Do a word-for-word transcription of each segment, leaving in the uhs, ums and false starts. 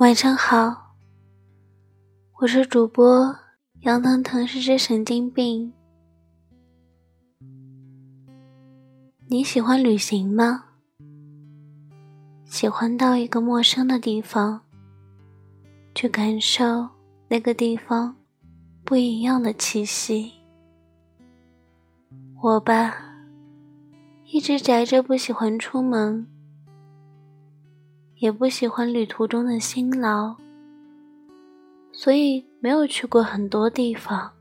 晚上好，我是主播杨腾腾是只神经病。你喜欢旅行吗？喜欢到一个陌生的地方，去感受那个地方不一样的气息。我吧，一直宅着不喜欢出门，也不喜欢旅途中的辛劳，所以没有去过很多地方，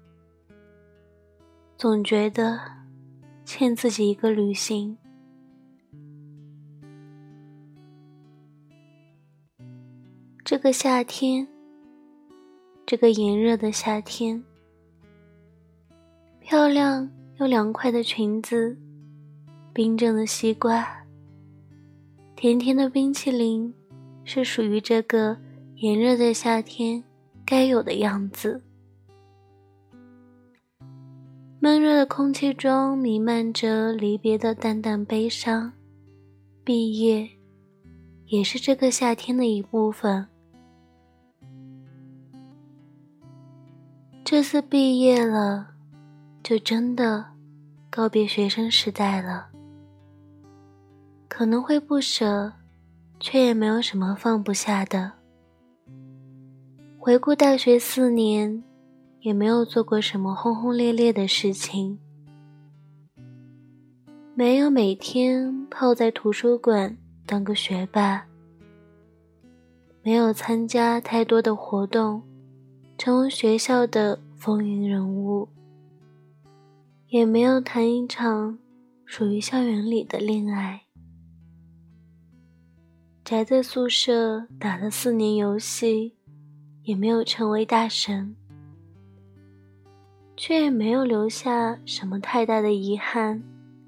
总觉得欠自己一个旅行。这个夏天，这个炎热的夏天，漂亮又凉快的裙子，冰镇的西瓜，甜甜的冰淇淋，是属于这个炎热的夏天该有的样子。闷热的空气中弥漫着离别的淡淡悲伤，毕业也是这个夏天的一部分。这次毕业了，就真的告别学生时代了。可能会不舍，却也没有什么放不下的。回顾大学四年，也没有做过什么轰轰烈烈的事情，没有每天泡在图书馆当个学霸，没有参加太多的活动，成为学校的风云人物，也没有谈一场属于校园里的恋爱。宅在宿舍打了四年游戏，也没有成为大神，却也没有留下什么太大的遗憾。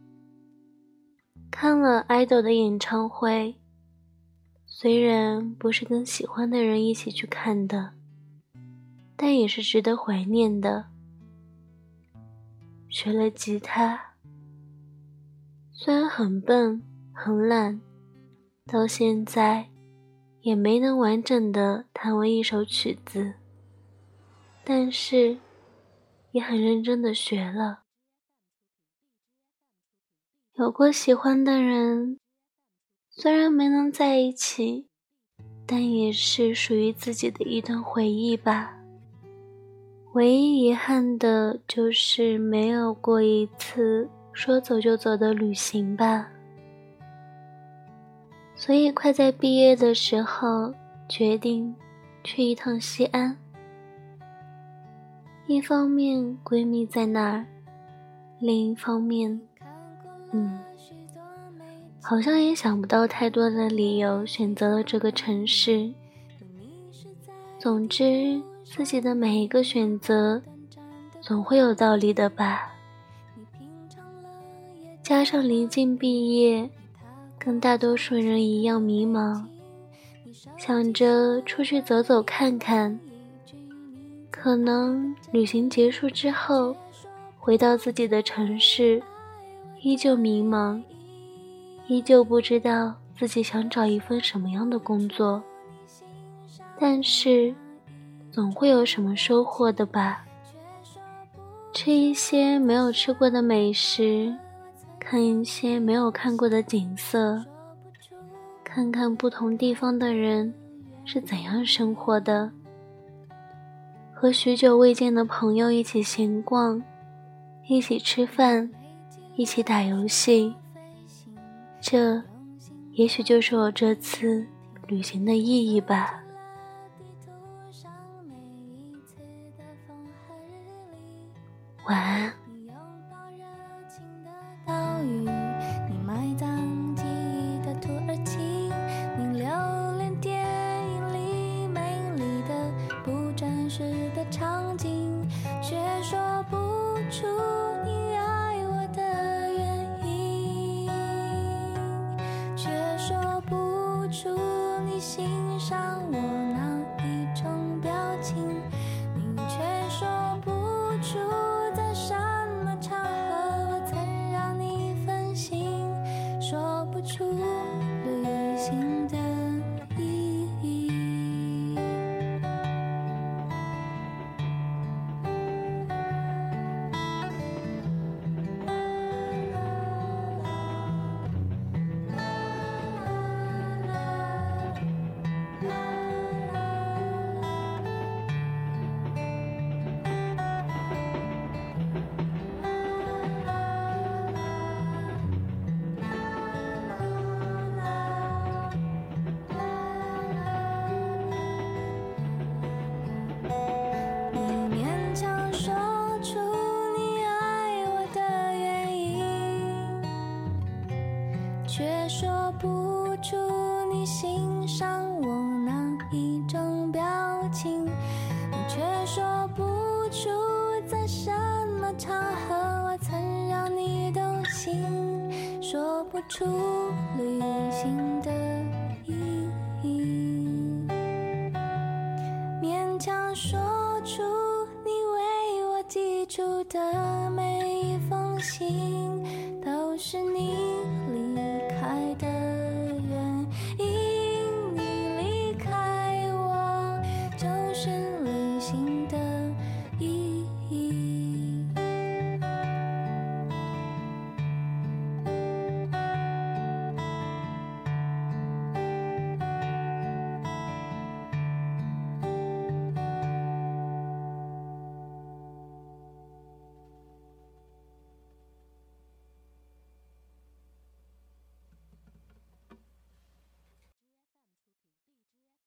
看了 idol 的演唱会，虽然不是跟喜欢的人一起去看的，但也是值得怀念的。学了吉他，虽然很笨很懒，到现在也没能完整的弹完一首曲子，但是也很认真的学了。有过喜欢的人，虽然没能在一起，但也是属于自己的一段回忆吧。唯一遗憾的就是没有过一次说走就走的旅行吧。所以快在毕业的时候，决定去一趟西安。一方面闺蜜在那儿，另一方面嗯，好像也想不到太多的理由选择了这个城市。总之，自己的每一个选择总会有道理的吧。加上临近毕业，跟大多数人一样迷茫，想着出去走走看看，可能旅行结束之后，回到自己的城市，依旧迷茫，依旧不知道自己想找一份什么样的工作，但是总会有什么收获的吧。吃一些没有吃过的美食，看一些没有看过的景色，看看不同地方的人是怎样生活的，和许久未见的朋友一起闲逛，一起吃饭，一起打游戏，这也许就是我这次旅行的意义吧。晚安。 你埋葬记忆的土耳其，你留恋电影里美丽的不真实的场景，却说不出你爱我的原因，却说不出你欣赏我哪一种表情，你却说不出在伤得什么场合我曾让你动心，说不出旅行的意义，勉强说出你为我寄出的每一封信。